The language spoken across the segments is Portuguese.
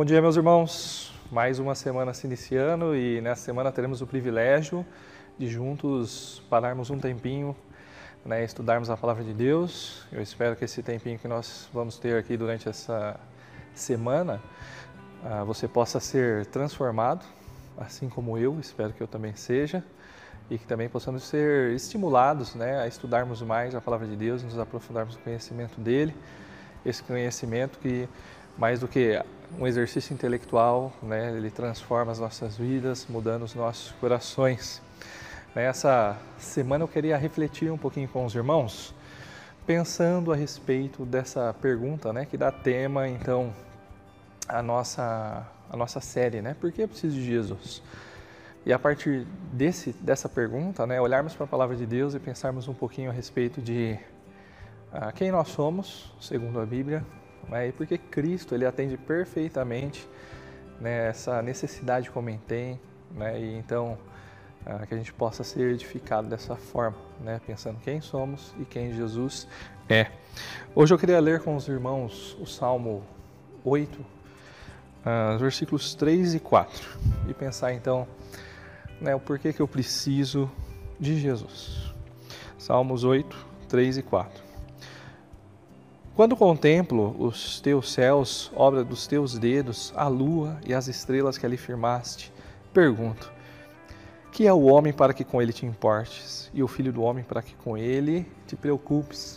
Bom dia, meus irmãos. Mais uma semana se iniciando e nessa semana teremos o privilégio de juntos pararmos um tempinho, estudarmos a Palavra de Deus. Eu espero que esse tempinho que nós vamos ter aqui durante essa semana, você possa ser transformado, assim como eu, espero que eu também seja, e que também possamos ser estimulados a estudarmos mais a Palavra de Deus, nos aprofundarmos no conhecimento dele, esse conhecimento que, mais do que um exercício intelectual, ele transforma as nossas vidas, mudando os nossos corações. Nessa semana eu queria refletir um pouquinho com os irmãos, pensando a respeito dessa pergunta, que dá tema, então, a nossa série, Por que eu preciso de Jesus? E a partir dessa pergunta, olharmos para a Palavra de Deus e pensarmos um pouquinho a respeito de quem nós somos, segundo a Bíblia, e por que Cristo ele atende perfeitamente essa necessidade que homem tem, e então que a gente possa ser edificado dessa forma, pensando quem somos e quem Jesus é. Hoje eu queria ler com os irmãos o Salmo 8, os versículos 3 e 4, e pensar então o porquê que eu preciso de Jesus. Salmos 8, 3 e 4. Quando contemplo os teus céus, obra dos teus dedos, a lua e as estrelas que ali firmaste, pergunto, que é o homem para que com ele te importes, e o filho do homem para que com ele te preocupes?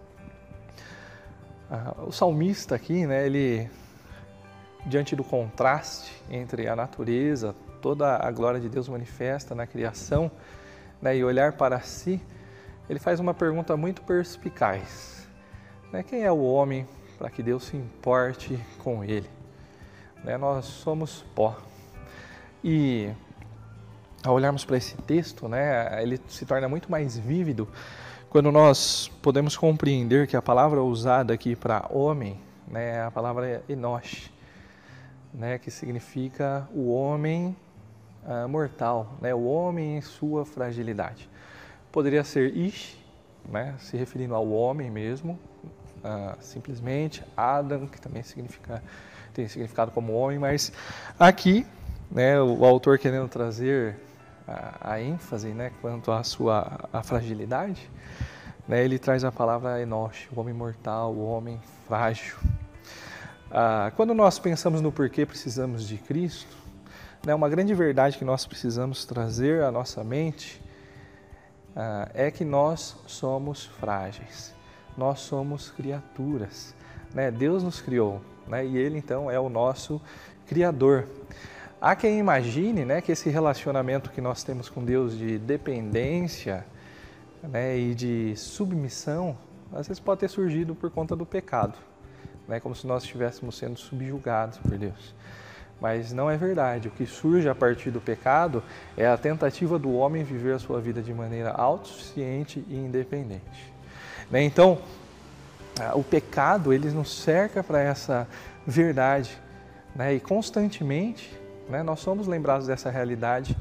O salmista aqui, ele, diante do contraste entre a natureza, toda a glória de Deus manifesta na criação, e olhar para si, ele faz uma pergunta muito perspicaz. Quem é o homem para que Deus se importe com ele? Nós somos pó. E ao olharmos para esse texto, ele se torna muito mais vívido quando nós podemos compreender que a palavra usada aqui para homem é a palavra Enosh, que significa o homem mortal, o homem em sua fragilidade. Poderia ser Ish, se referindo ao homem mesmo, simplesmente Adam, que também tem significado como homem, mas aqui o autor querendo trazer a ênfase quanto à sua fragilidade, ele traz a palavra Enosh, o homem mortal, o homem frágil. Quando nós pensamos no porquê precisamos de Cristo, uma grande verdade que nós precisamos trazer à nossa mente é que nós somos frágeis. Nós somos criaturas, Deus nos criou, e Ele então é o nosso Criador. Há quem imagine que esse relacionamento que nós temos com Deus de dependência e de submissão, às vezes pode ter surgido por conta do pecado, como se nós estivéssemos sendo subjugados por Deus. Mas não é verdade. O que surge a partir do pecado é a tentativa do homem viver a sua vida de maneira autossuficiente e independente. Então, o pecado, ele nos cerca para essa verdade, e constantemente nós somos lembrados dessa realidade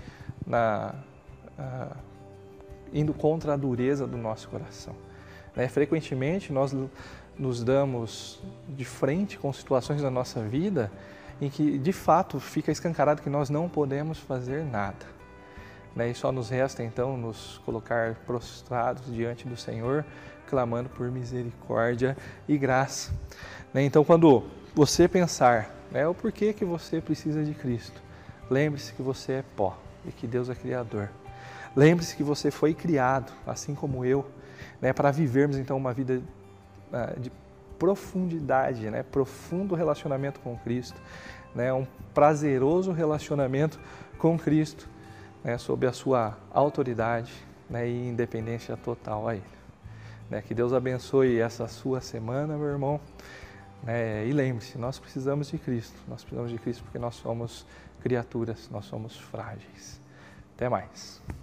indo contra a dureza do nosso coração. Frequentemente, nós nos damos de frente com situações da nossa vida em que, de fato, fica escancarado que nós não podemos fazer nada. E só nos resta, então, nos colocar prostrados diante do Senhor, clamando por misericórdia e graça. Então, quando você pensar o porquê que você precisa de Cristo, lembre-se que você é pó e que Deus é Criador. Lembre-se que você foi criado, assim como eu, para vivermos, então, uma vida de profundidade, profundo relacionamento com Cristo, um prazeroso relacionamento com Cristo, sob a sua autoridade e independência total a Ele. Que Deus abençoe essa sua semana, meu irmão. E lembre-se, nós precisamos de Cristo. Nós precisamos de Cristo porque nós somos criaturas, nós somos frágeis. Até mais.